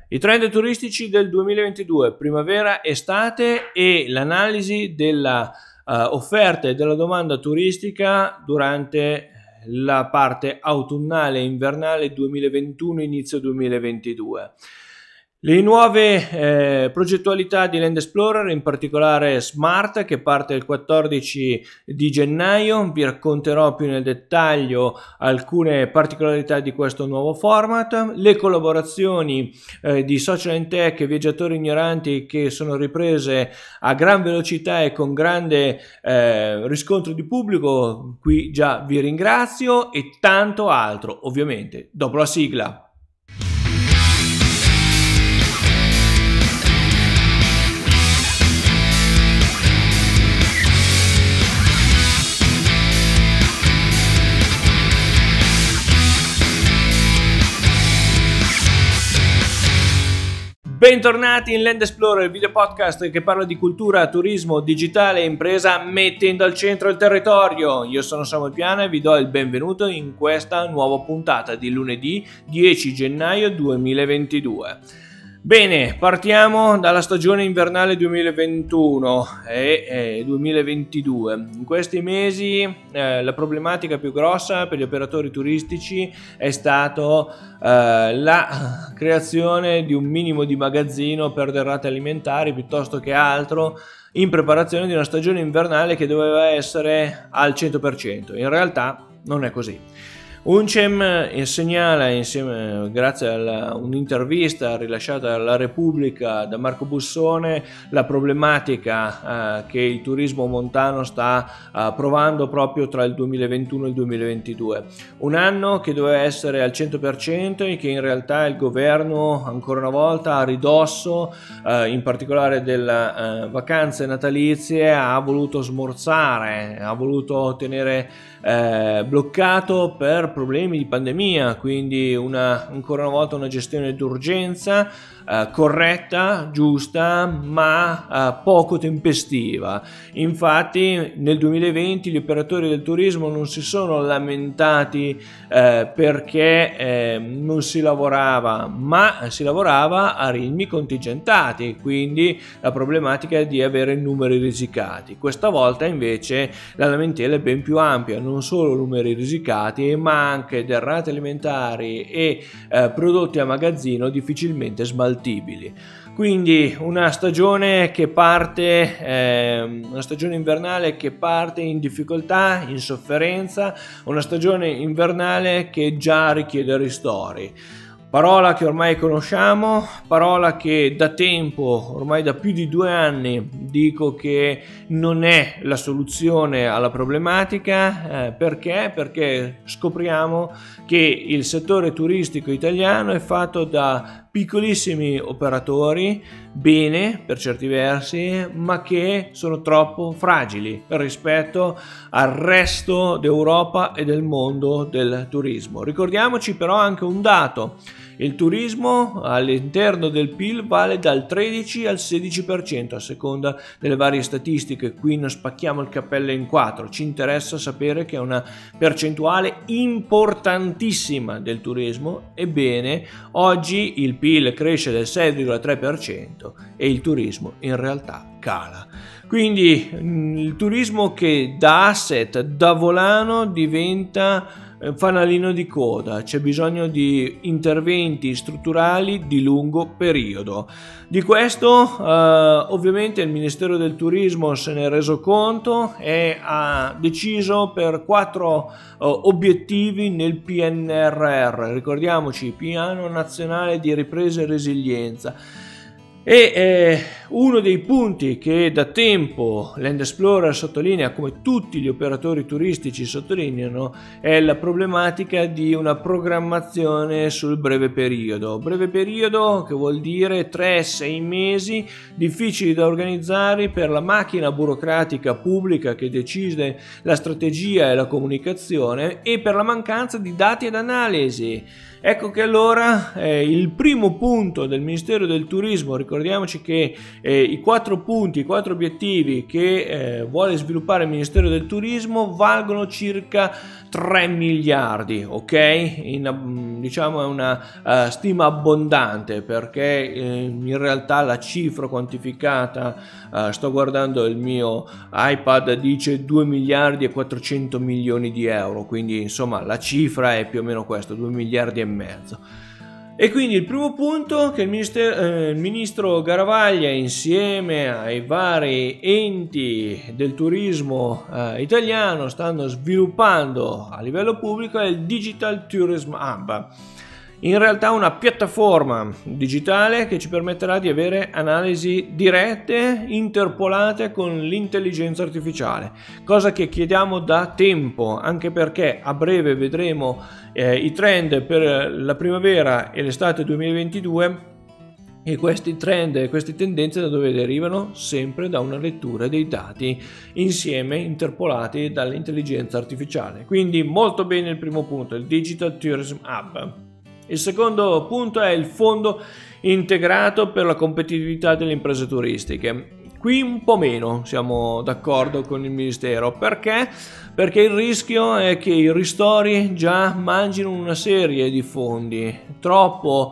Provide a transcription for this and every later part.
I trend turistici del 2022, primavera-estate, e l'analisi della offerta e della domanda turistica durante la parte autunnale e invernale 2021 inizio 2022. Le nuove progettualità di Land Explorer, in particolare Smart, che parte il 14 di gennaio. Vi racconterò più nel dettaglio alcune particolarità di questo nuovo format, le collaborazioni di Social and Tech e Viaggiatori Ignoranti, che sono riprese a gran velocità e con grande riscontro di pubblico. Qui già vi ringrazio, e tanto altro ovviamente dopo la sigla. Bentornati in Land Explorer, il video podcast che parla di cultura, turismo, digitale e impresa mettendo al centro il territorio. Io sono Samuel Piana e vi do il benvenuto in questa nuova puntata di lunedì 10 gennaio 2022. Bene, partiamo dalla stagione invernale 2021 e 2022. In questi mesi la problematica più grossa per gli operatori turistici è stato la creazione di un minimo di magazzino per derrate alimentari piuttosto che altro, in preparazione di una stagione invernale che doveva essere al 100%. In realtà non è così. UNCEM segnala, grazie a un'intervista rilasciata dalla Repubblica da Marco Bussone, la problematica che il turismo montano sta provando proprio tra il 2021 e il 2022. Un anno che doveva essere al 100% e che in realtà il governo, ancora una volta a ridosso, in particolare delle vacanze natalizie, ha voluto smorzare, ha voluto tenere bloccato per problemi di pandemia, quindi ancora una volta una gestione d'urgenza corretta, giusta, ma poco tempestiva. Infatti nel 2020 gli operatori del turismo non si sono lamentati perché non si lavorava, ma si lavorava a ritmi contingentati, quindi la problematica è di avere numeri risicati. Questa volta invece la lamentela è ben più ampia, non solo numeri risicati, ma anche derrate alimentari e prodotti a magazzino difficilmente smaltibili. Quindi una stagione una stagione invernale che parte in difficoltà, in sofferenza, una stagione invernale che già richiede ristori. Parola che ormai conosciamo, parola che da tempo, ormai da più di 2 anni, dico che non è la soluzione alla problematica. Perché? Perché scopriamo che il settore turistico italiano è fatto da piccolissimi operatori, bene per certi versi, ma che sono troppo fragili rispetto al resto d'Europa e del mondo del turismo. Ricordiamoci però anche un dato: il turismo all'interno del PIL vale dal 13 al 16% a seconda delle varie statistiche. Qui non spacchiamo il cappello in 4, ci interessa sapere che è una percentuale importantissima del turismo. Ebbene, oggi il PIL cresce del 6,3% e il turismo in realtà cala. Quindi il turismo che da asset, da volano, diventa fanalino di coda. C'è bisogno di interventi strutturali di lungo periodo. Di questo ovviamente il Ministero del Turismo se ne è reso conto e ha deciso per 4 obiettivi nel PNRR. Ricordiamoci, Piano Nazionale di Ripresa e Resilienza. E uno dei punti che da tempo Land Explorer sottolinea, come tutti gli operatori turistici sottolineano, è la problematica di una programmazione sul breve periodo. Breve periodo che vuol dire 3-6 mesi difficili da organizzare per la macchina burocratica pubblica che decide la strategia e la comunicazione, e per la mancanza di dati ed analisi. Ecco che allora il primo punto del Ministero del Turismo, ricordiamoci che i 4 punti, i 4 obiettivi che vuole sviluppare il Ministero del Turismo valgono circa 3 miliardi, ok? Diciamo è una stima abbondante, perché in realtà la cifra quantificata, sto guardando il mio iPad, dice 2 miliardi e 400 milioni di euro, quindi insomma la cifra è più o meno questo, 2 miliardi e mezzo. E quindi il primo punto che il ministro Garavaglia, insieme ai vari enti del turismo italiano, stanno sviluppando a livello pubblico, è il Digital Tourism Hub. In realtà una piattaforma digitale che ci permetterà di avere analisi dirette interpolate con l'intelligenza artificiale, cosa che chiediamo da tempo, anche perché a breve vedremo i trend per la primavera e l'estate 2022, e questi trend e queste tendenze da dove derivano? Sempre da una lettura dei dati insieme interpolati dall'intelligenza artificiale. Quindi molto bene il primo punto, il Digital Tourism Hub. Il secondo punto è il fondo integrato per la competitività delle imprese turistiche. Qui un po' meno siamo d'accordo con il Ministero. Perché? Perché il rischio è che i ristori già mangino una serie di fondi. Troppo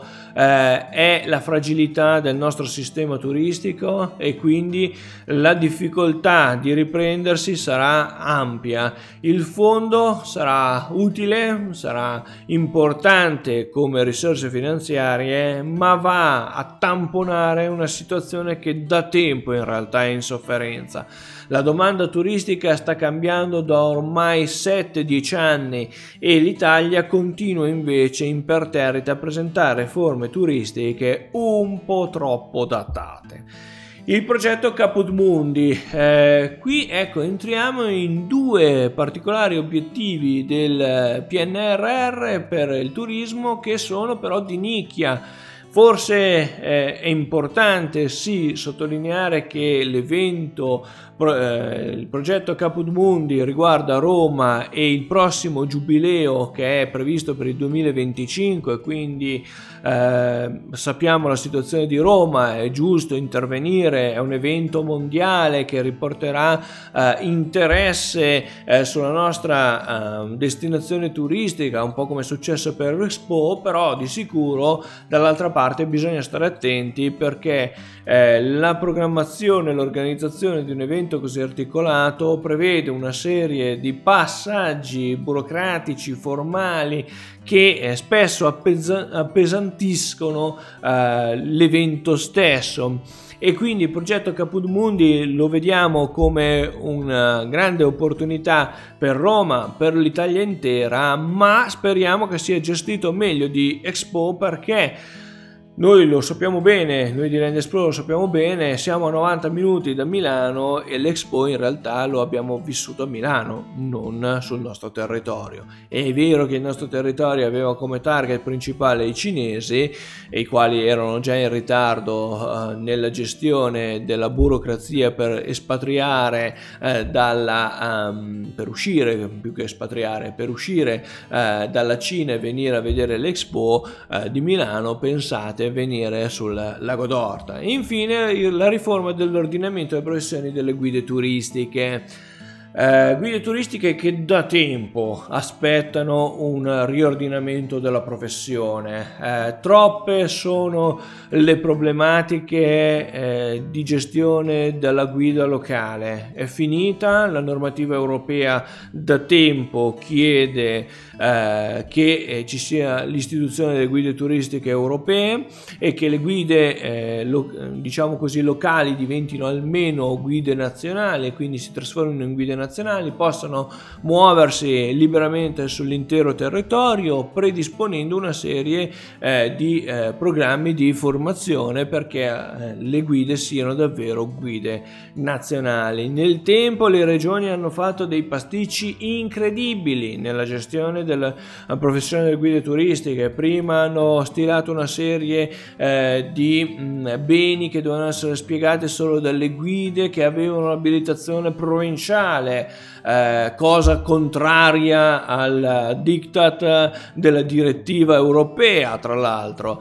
è la fragilità del nostro sistema turistico, e quindi la difficoltà di riprendersi sarà ampia. Il fondo sarà utile, sarà importante come risorse finanziarie, ma va a tamponare una situazione che da tempo in realtà è in sofferenza. La domanda turistica sta cambiando da ormai 7-10 anni e l'Italia continua invece imperterrita a presentare forme turistiche un po' troppo datate. Il progetto Caput Mundi, qui ecco entriamo in 2 particolari obiettivi del PNRR per il turismo, che sono però di nicchia. Forse è importante sì sottolineare che l'evento, il progetto Caput Mundi, riguarda Roma e il prossimo giubileo che è previsto per il 2025, quindi sappiamo la situazione di Roma, è giusto intervenire, è un evento mondiale che riporterà interesse sulla nostra destinazione turistica, un po' come è successo per l'Expo, però di sicuro dall'altra parte bisogna stare attenti, perché la programmazione e l'organizzazione di un evento così articolato prevede una serie di passaggi burocratici, formali, che spesso appesantiscono l'evento stesso. E quindi il progetto Caput Mundi lo vediamo come una grande opportunità per Roma, per l'Italia intera, ma speriamo che sia gestito meglio di Expo, perché noi lo sappiamo bene, noi di Land Explore lo sappiamo bene, siamo a 90 minuti da Milano e l'Expo in realtà lo abbiamo vissuto a Milano, non sul nostro territorio. È vero che il nostro territorio aveva come target principale i cinesi, e i quali erano già in ritardo nella gestione della burocrazia per espatriare per uscire, più che espatriare, per uscire dalla Cina e venire a vedere l'Expo di Milano. Pensate, venire sul Lago d'Orta. E infine la riforma dell'ordinamento delle professioni delle guide turistiche. Guide turistiche che da tempo aspettano un riordinamento della professione. Troppe sono le problematiche di gestione della guida locale. È finita, la normativa europea da tempo chiede che ci sia l'istituzione delle guide turistiche europee e che le guide diciamo così locali diventino almeno guide nazionali, quindi si trasformino in guide nazionali, possano muoversi liberamente sull'intero territorio, predisponendo una serie di programmi di formazione perché le guide siano davvero guide nazionali. Nel tempo le regioni hanno fatto dei pasticci incredibili nella gestione della professione delle guide turistiche. Prima hanno stilato una serie di beni che dovevano essere spiegati solo dalle guide che avevano l'abilitazione provinciale, quale cosa contraria al diktat della direttiva europea, tra l'altro,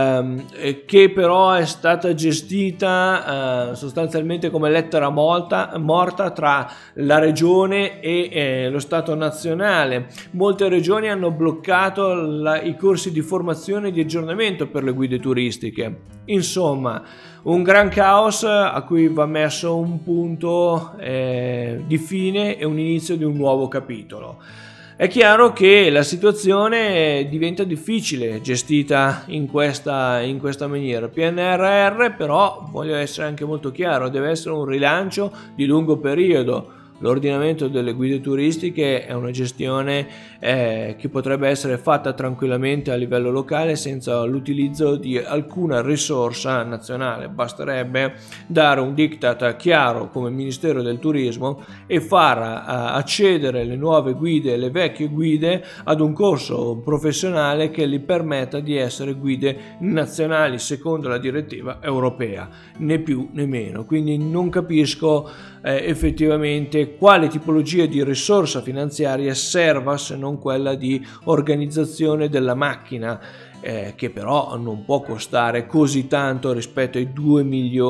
che però è stata gestita sostanzialmente come lettera morta tra la regione e lo Stato nazionale. Molte regioni hanno bloccato i corsi di formazione e di aggiornamento per le guide turistiche. Insomma, un gran caos a cui va messo un punto di fine e un inizio di un nuovo capitolo. È chiaro che la situazione diventa difficile gestita in questa maniera. PNRR, però, voglio essere anche molto chiaro, deve essere un rilancio di lungo periodo. L'ordinamento delle guide turistiche è una gestione che potrebbe essere fatta tranquillamente a livello locale senza l'utilizzo di alcuna risorsa nazionale. Basterebbe dare un diktat chiaro come Ministero del Turismo e far accedere le nuove guide e le vecchie guide ad un corso professionale che gli permetta di essere guide nazionali secondo la direttiva europea, né più né meno. Quindi non capisco effettivamente quale tipologia di risorsa finanziaria serva se non quella di organizzazione della macchina, che però non può costare così tanto rispetto ai 2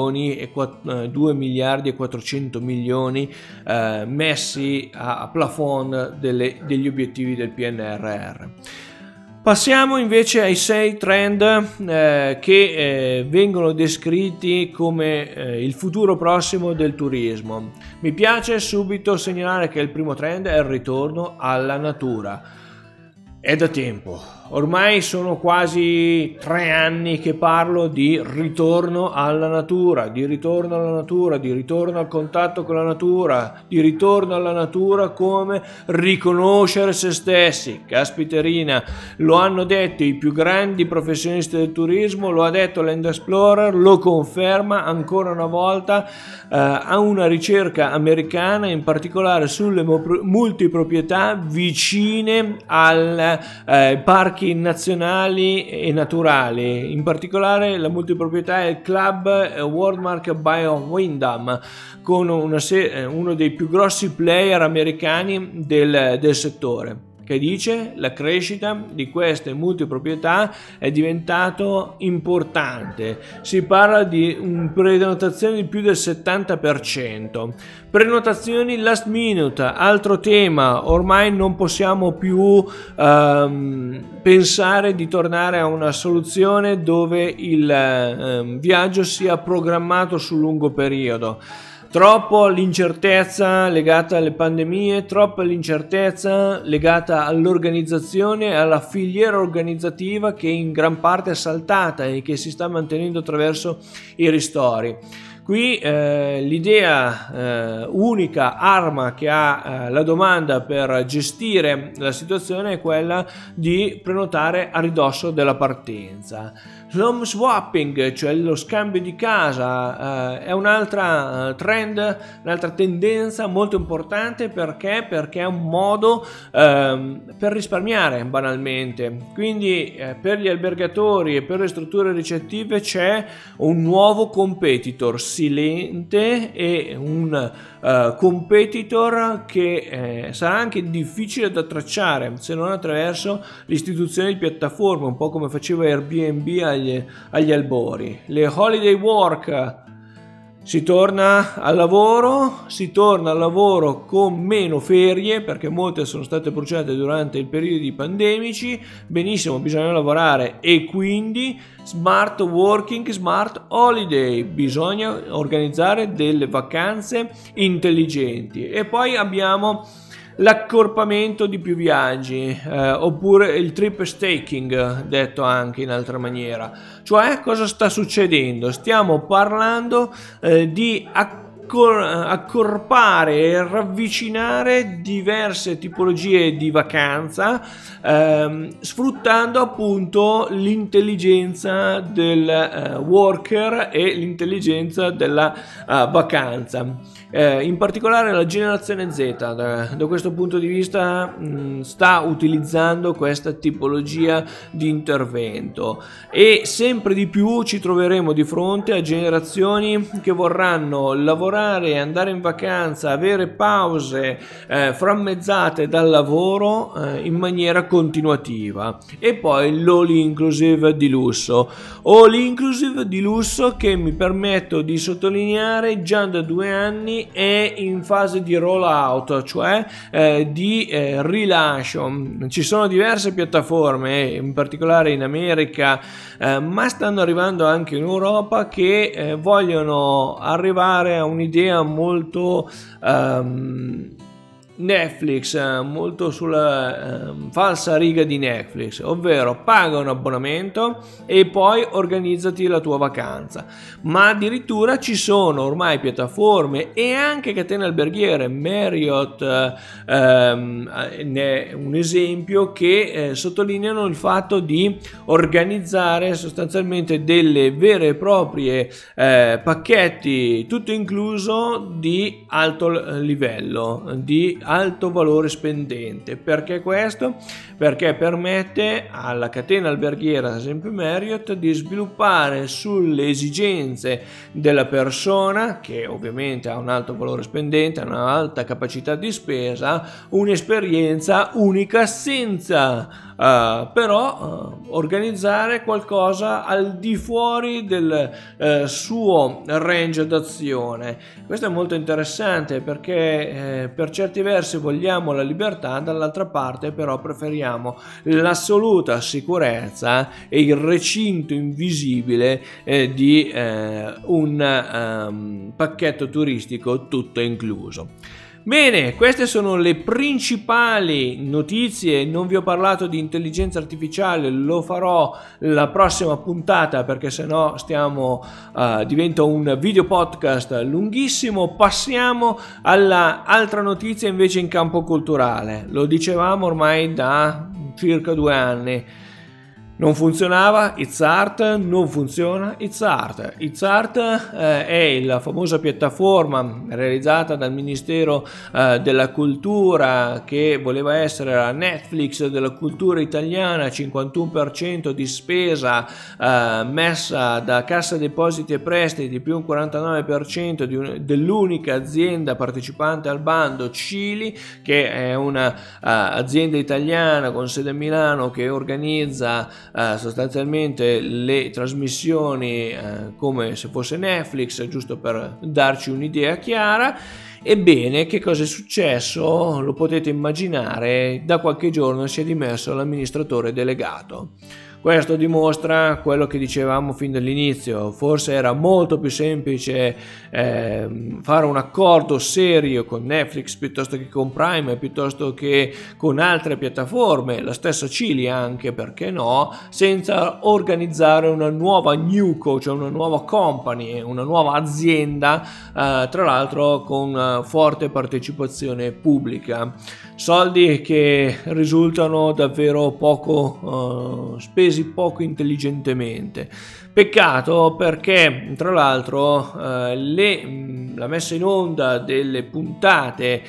miliardi e 400 milioni messi a plafond degli obiettivi del PNRR. Passiamo invece ai 6 trend che vengono descritti come il futuro prossimo del turismo. Mi piace subito segnalare che il primo trend è il ritorno alla natura. È da tempo, ormai sono quasi 3 anni che parlo di ritorno alla natura, di ritorno al contatto con la natura, di ritorno alla natura come riconoscere se stessi. Caspiterina, lo hanno detto i più grandi professionisti del turismo, lo ha detto Land Explorer, lo conferma ancora una volta a una ricerca americana, in particolare sulle multiproprietà vicine al parchi nazionali e naturali. In particolare la multiproprietà è il Club Worldmark by Wyndham, con uno dei più grossi player americani del settore, che dice la crescita di queste multiproprietà è diventato importante. Si parla di prenotazioni di più del 70%. Prenotazioni last minute, altro tema. Ormai non possiamo più pensare di tornare a una soluzione dove il viaggio sia programmato sul lungo periodo. Troppo l'incertezza legata alle pandemie, troppa l'incertezza legata all'organizzazione e alla filiera organizzativa che in gran parte è saltata e che si sta mantenendo attraverso i ristori. Qui l'idea unica arma che ha la domanda per gestire la situazione è quella di prenotare a ridosso della partenza. L'home swapping, cioè lo scambio di casa, è un'altra trend, un'altra tendenza molto importante. Perché è un modo per risparmiare banalmente. Quindi per gli albergatori e per le strutture ricettive c'è un nuovo competitor silente e un competitor che sarà anche difficile da tracciare se non attraverso l'istituzione di piattaforme, un po' come faceva Airbnb agli albori. Le holiday work, si torna al lavoro con meno ferie perché molte sono state bruciate durante i periodi pandemici. Benissimo, bisogna lavorare e quindi smart working, smart holiday, bisogna organizzare delle vacanze intelligenti. E poi abbiamo l'accorpamento di più viaggi, oppure il trip staking, detto anche in altra maniera. Cioè, cosa sta succedendo? Stiamo parlando di accorpare e ravvicinare diverse tipologie di vacanza, sfruttando appunto l'intelligenza del worker e l'intelligenza della vacanza. In particolare la generazione Z da questo punto di vista sta utilizzando questa tipologia di intervento, e sempre di più ci troveremo di fronte a generazioni che vorranno lavorare lavorare e andare in vacanza, avere pause frammezzate dal lavoro in maniera continuativa. E poi l'all inclusive di lusso, che mi permetto di sottolineare già da 2 anni è in fase di roll out, cioè di rilascio. Ci sono diverse piattaforme, in particolare in America, ma stanno arrivando anche in Europa, che vogliono arrivare a un'idea molto Netflix, molto sulla falsa riga di Netflix, ovvero paga un abbonamento e poi organizzati la tua vacanza. Ma addirittura ci sono ormai piattaforme e anche catene alberghiere, Marriott ne è un esempio, che sottolineano il fatto di organizzare sostanzialmente delle vere e proprie pacchetti tutto incluso di alto livello, di alto valore spendente. Perché questo? Perché permette alla catena alberghiera, ad esempio Marriott, di sviluppare sulle esigenze della persona, che ovviamente ha un alto valore spendente, ha un'alta capacità di spesa, un'esperienza unica, senza però organizzare qualcosa al di fuori del suo range d'azione. Questo è molto interessante, perché per certi versi vogliamo la libertà, dall'altra parte però preferiamo l'assoluta sicurezza e il recinto invisibile di un pacchetto turistico tutto incluso. Bene, queste sono le principali notizie. Non vi ho parlato di intelligenza artificiale, lo farò la prossima puntata, perché sennò diventa un video podcast lunghissimo. Passiamo alla altra notizia invece in campo culturale. Lo dicevamo ormai da circa 2 anni. Non funzionava It's Art, non funziona It's Art. It's Art è la famosa piattaforma realizzata dal Ministero della Cultura, che voleva essere la Netflix della cultura italiana, 51% di spesa messa da Cassa Depositi e Prestiti, più un 49% dell'unica azienda partecipante al bando, Cili, che è una azienda italiana con sede a Milano, che organizza sostanzialmente le trasmissioni come se fosse Netflix, giusto per darci un'idea chiara. Ebbene, che cosa è successo? Lo potete immaginare, da qualche giorno si è dimesso l'amministratore delegato. Questo dimostra quello che dicevamo fin dall'inizio: forse era molto più semplice fare un accordo serio con Netflix piuttosto che con Prime, piuttosto che con altre piattaforme, la stessa Cili anche, perché no, senza organizzare una nuova newco, cioè una nuova company, una nuova azienda, tra l'altro con forte partecipazione pubblica. Soldi che risultano davvero poco spesi poco intelligentemente. Peccato, perché tra l'altro la messa in onda delle puntate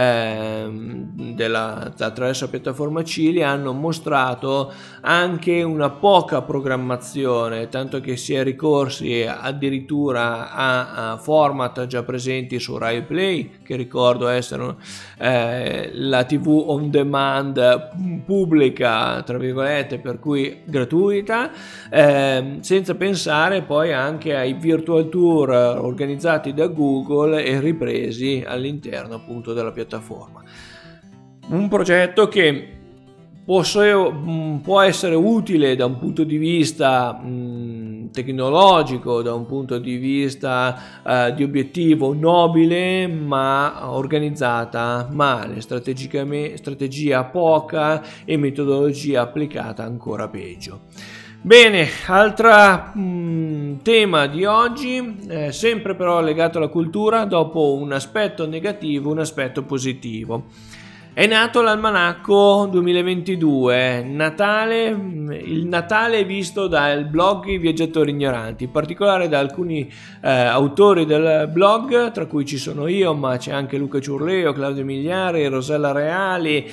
attraverso la piattaforma Cili hanno mostrato anche una poca programmazione, tanto che si è ricorsi addirittura a format già presenti su Rai Play, che ricordo essere la TV on demand pubblica, tra virgolette, per cui gratuita, senza pensare poi anche ai virtual tour organizzati da Google e ripresi all'interno appunto della piattaforma. Un progetto che può essere utile da un punto di vista tecnologico, da un punto di vista di obiettivo nobile, ma organizzata male, strategia poca e metodologia applicata ancora peggio. Bene, altro tema di oggi, sempre però legato alla cultura, dopo un aspetto negativo, un aspetto positivo. È nato l'Almanacco 2022, il Natale visto dal blog I Viaggiatori Ignoranti, in particolare da alcuni autori del blog, tra cui ci sono io, ma c'è anche Luca Ciurleo, Claudio Migliari, Rosella Reali,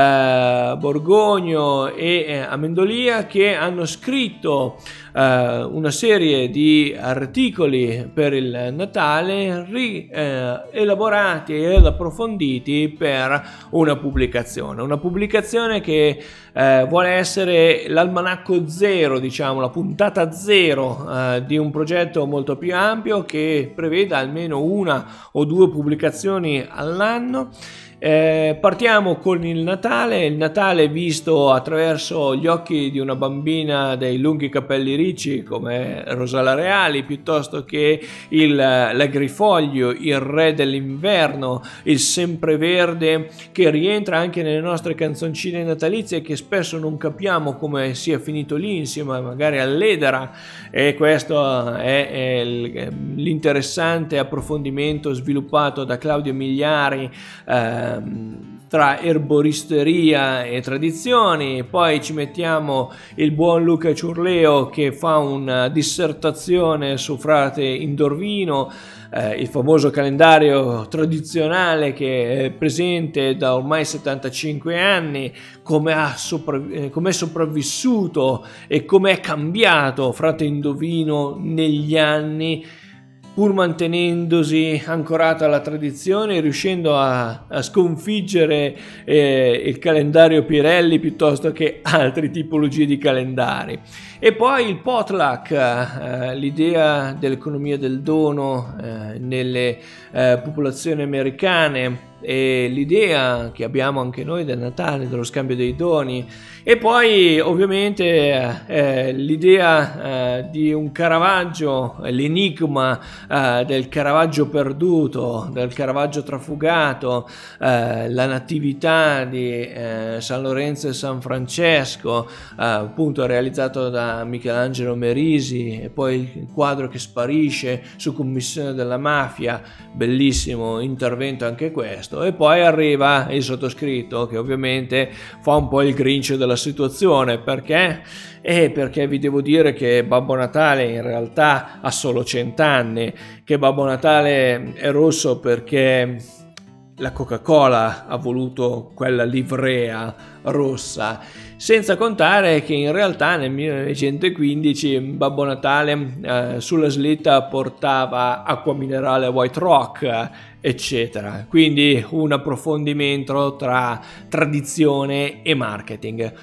Borgogno e Amendolia, che hanno scritto una serie di articoli per il Natale elaborati ed approfonditi per una pubblicazione che vuole essere l'almanacco zero, diciamo la puntata zero di un progetto molto più ampio che preveda almeno una o due pubblicazioni all'anno. Partiamo con il Natale visto attraverso gli occhi di una bambina dai lunghi capelli ricci come Rosella Reali, piuttosto che l'agrifoglio, il re dell'inverno, il sempreverde, che rientra anche nelle nostre canzoncine natalizie, che spesso non capiamo come sia finito lì insieme magari all'edera, e questo è l'interessante approfondimento sviluppato da Claudio Migliari tra erboristeria e tradizioni. Poi ci mettiamo il buon Luca Ciurleo che fa una dissertazione su Frate Indorvino, il famoso calendario tradizionale che è presente da ormai 75 anni, come è sopravvissuto e come è cambiato Frate Indorvino negli anni, pur mantenendosi ancorato alla tradizione, riuscendo a sconfiggere il calendario Pirelli piuttosto che altre tipologie di calendari. E poi il potluck, l'idea dell'economia del dono nelle popolazioni americane, e l'idea che abbiamo anche noi del Natale, dello scambio dei doni, e poi ovviamente l'idea di un Caravaggio, l'enigma del Caravaggio perduto, del Caravaggio trafugato, la natività di San Lorenzo e San Francesco, appunto realizzato da Michelangelo Merisi, e poi il quadro che sparisce su commissione della mafia, bellissimo intervento anche questo. E poi arriva il sottoscritto, che ovviamente fa un po' il Grinch della situazione. Perché vi devo dire che Babbo Natale in realtà ha solo 100 anni, che Babbo Natale è rosso perché la Coca-Cola ha voluto quella livrea rossa, senza contare che in realtà nel 1915 Babbo Natale sulla slitta portava acqua minerale White Rock, eccetera. Quindi un approfondimento tra tradizione e marketing.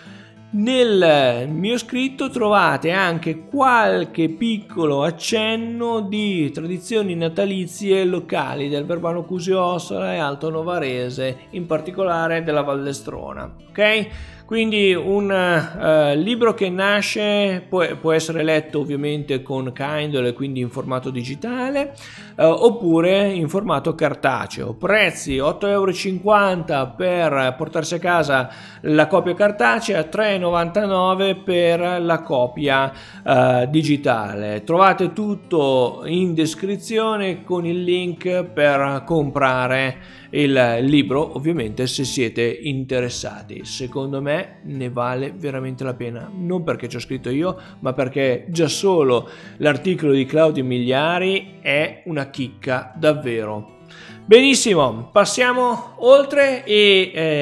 Nel mio scritto trovate anche qualche piccolo accenno di tradizioni natalizie locali del Verbano Cusio-Ossola e Alto Novarese, in particolare della Vallestrona, ok? Quindi un libro che nasce, può essere letto ovviamente con Kindle, quindi in formato digitale, oppure in formato cartaceo. Prezzi 8,50 € per portarsi a casa la copia cartacea, 3,99 € per la copia digitale. Trovate tutto in descrizione con il link per comprare il libro, ovviamente se siete interessati. Secondo me ne vale veramente la pena, non perché ci ho scritto io, ma perché già solo l'articolo di Claudio Migliari è una chicca davvero. Benissimo, passiamo oltre e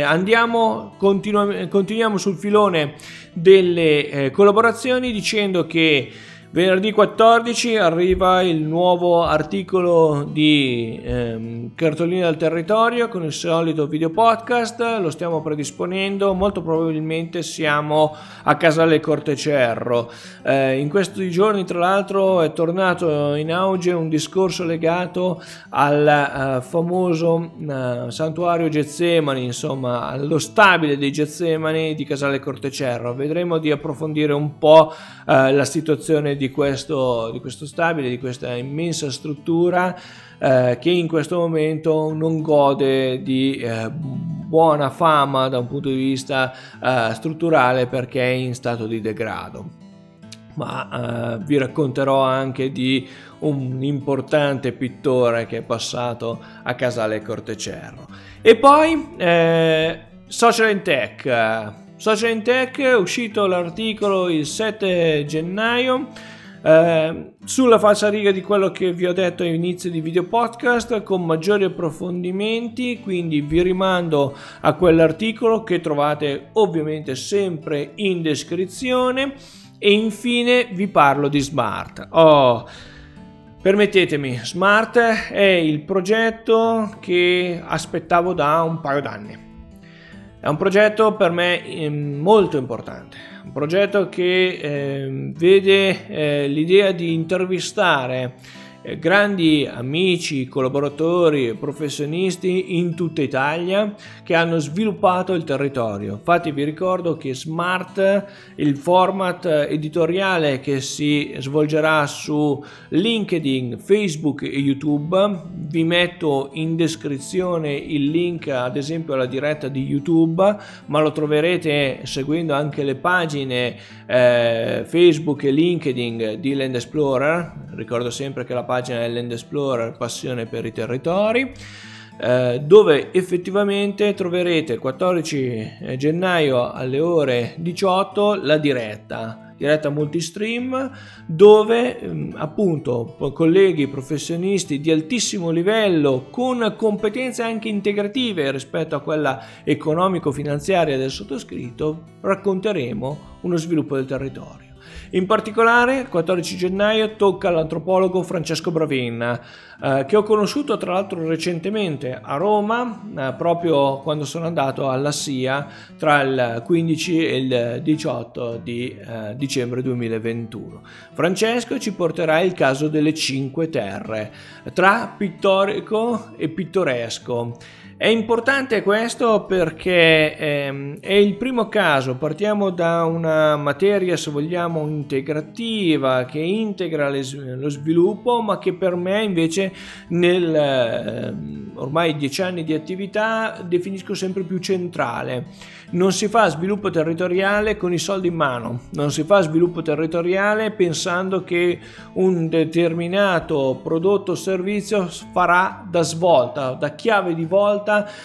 continuiamo sul filone delle collaborazioni, dicendo che venerdì 14 arriva il nuovo articolo di Cartolina del Territorio con il solito video podcast. Lo stiamo predisponendo, molto probabilmente siamo a Casale Cortecerro. In questi giorni tra l'altro è tornato in auge un discorso legato al famoso santuario Getsemani, insomma allo stabile dei Getsemani di Casale Cortecerro. Vedremo di approfondire un po' la situazione di questo stabile, di questa immensa struttura che in questo momento non gode di buona fama da un punto di vista strutturale, perché è in stato di degrado. ma vi racconterò anche di un importante pittore che è passato a Casale Cortecerro. E poi Social and Tech. Social and Tech è uscito l'articolo il 7 gennaio sulla falsariga di quello che vi ho detto all'inizio di video podcast, con maggiori approfondimenti, quindi vi rimando a quell'articolo che trovate ovviamente sempre in descrizione. E infine vi parlo di Smart. Permettetemi, Smart è il progetto che aspettavo da un paio d'anni. È un progetto per me molto importante, un progetto che vede l'idea di intervistare grandi amici, collaboratori, professionisti in tutta Italia che hanno sviluppato il territorio. Infatti vi ricordo che Smart, il format editoriale che si svolgerà su LinkedIn, Facebook e YouTube, vi metto in descrizione il link ad esempio alla diretta di YouTube, ma lo troverete seguendo anche le pagine Facebook e LinkedIn di Land Explorer. Ricordo sempre che la pagina è Land Explorer, passione per i territori, dove effettivamente troverete il 14 gennaio alle ore 18 la diretta multistream, dove appunto colleghi professionisti di altissimo livello con competenze anche integrative rispetto a quella economico-finanziaria del sottoscritto racconteremo uno sviluppo del territorio. In particolare il 14 gennaio tocca all'antropologo Francesco Bravin, che ho conosciuto tra l'altro recentemente a Roma, proprio quando sono andato alla SIA tra il 15 e il 18 di dicembre 2021. Francesco ci porterà il caso delle Cinque Terre, tra pittorico e pittoresco. È importante questo perché è il primo caso, partiamo da una materia se vogliamo integrativa che integra lo sviluppo, ma che per me invece nel ormai 10 anni di attività definisco sempre più centrale. Non si fa sviluppo territoriale con i soldi in mano, non si fa sviluppo territoriale pensando che un determinato prodotto o servizio farà da svolta, da chiave di volta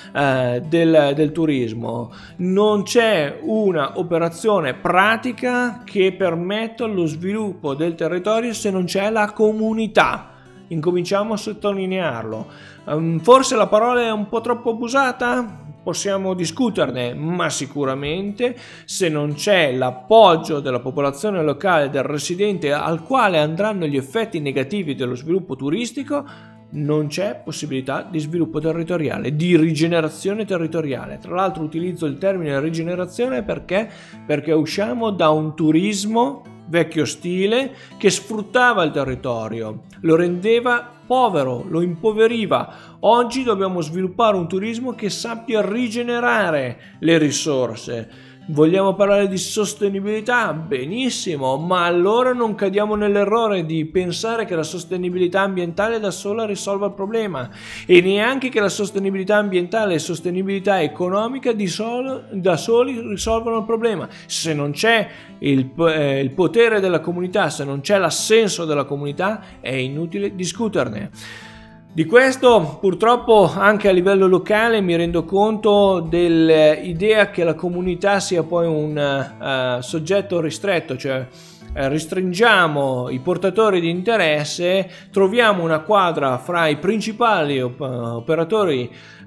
del turismo. Non c'è una operazione pratica che permetta lo sviluppo del territorio se non c'è la comunità. Incominciamo a sottolinearlo. Forse la parola è un po' troppo abusata? Possiamo discuterne, ma sicuramente se non c'è l'appoggio della popolazione locale, del residente al quale andranno gli effetti negativi dello sviluppo turistico, non c'è possibilità di sviluppo territoriale, di rigenerazione territoriale. Tra l'altro utilizzo il termine rigenerazione perché usciamo da un turismo vecchio stile che sfruttava il territorio, lo rendeva povero, lo impoveriva. Oggi dobbiamo sviluppare un turismo che sappia rigenerare le risorse. Vogliamo parlare di sostenibilità? Benissimo, ma allora non cadiamo nell'errore di pensare che la sostenibilità ambientale da sola risolva il problema, e neanche che la sostenibilità ambientale e sostenibilità economica da soli risolvono il problema. Se non c'è il potere della comunità, se non c'è l'assenso della comunità, è inutile discuterne. Di questo purtroppo anche a livello locale mi rendo conto dell'idea che la comunità sia poi un soggetto ristretto, cioè restringiamo i portatori di interesse, troviamo una quadra fra i principali operatori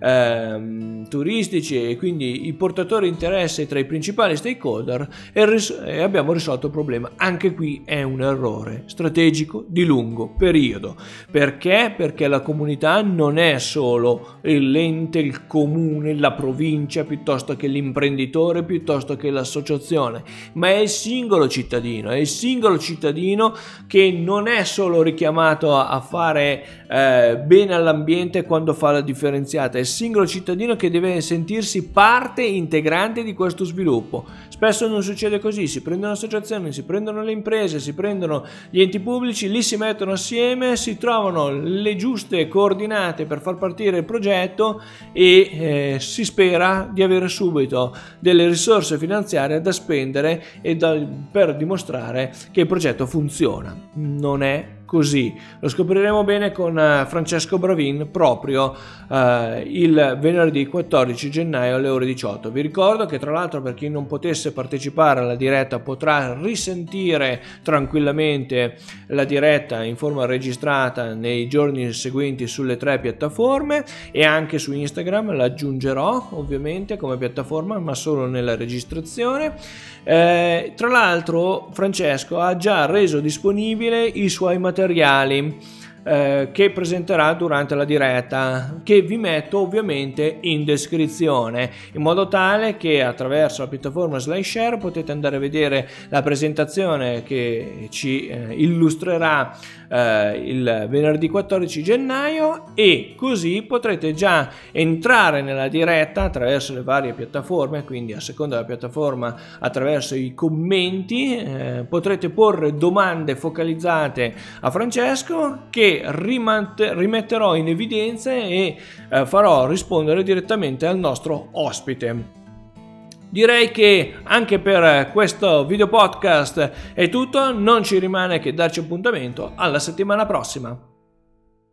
turistici e quindi i portatori di interesse tra i principali stakeholder e abbiamo risolto il problema. Anche qui è un errore strategico di lungo periodo. Perché? Perché la comunità non è solo l'ente, il comune, la provincia, piuttosto che l'imprenditore, piuttosto che l'associazione, ma è il singolo cittadino, che non è solo richiamato a fare bene all'ambiente quando fa la differenziata, è il singolo cittadino che deve sentirsi parte integrante di questo sviluppo. Spesso non succede così, si prendono associazioni, si prendono le imprese, si prendono gli enti pubblici, lì si mettono assieme, si trovano le giuste coordinate per far partire il progetto e si spera di avere subito delle risorse finanziarie da spendere per dimostrare dire che il progetto funziona. Non è così, lo scopriremo bene con Francesco Bravin proprio il venerdì 14 gennaio alle ore 18. Vi ricordo che, tra l'altro, per chi non potesse partecipare alla diretta potrà risentire tranquillamente la diretta in forma registrata nei giorni seguenti sulle 3 piattaforme, e anche su Instagram la aggiungerò ovviamente come piattaforma, ma solo nella registrazione. Tra l'altro Francesco ha già reso disponibile i suoi materiali che presenterà durante la diretta, che vi metto ovviamente in descrizione, in modo tale che attraverso la piattaforma SlideShare potete andare a vedere la presentazione che ci illustrerà il venerdì 14 gennaio, e così potrete già entrare nella diretta attraverso le varie piattaforme, quindi a seconda della piattaforma attraverso i commenti potrete porre domande focalizzate a Francesco, che rimetterò in evidenza e farò rispondere direttamente al nostro ospite. Direi che anche per questo video podcast è tutto, non ci rimane che darci appuntamento alla settimana prossima.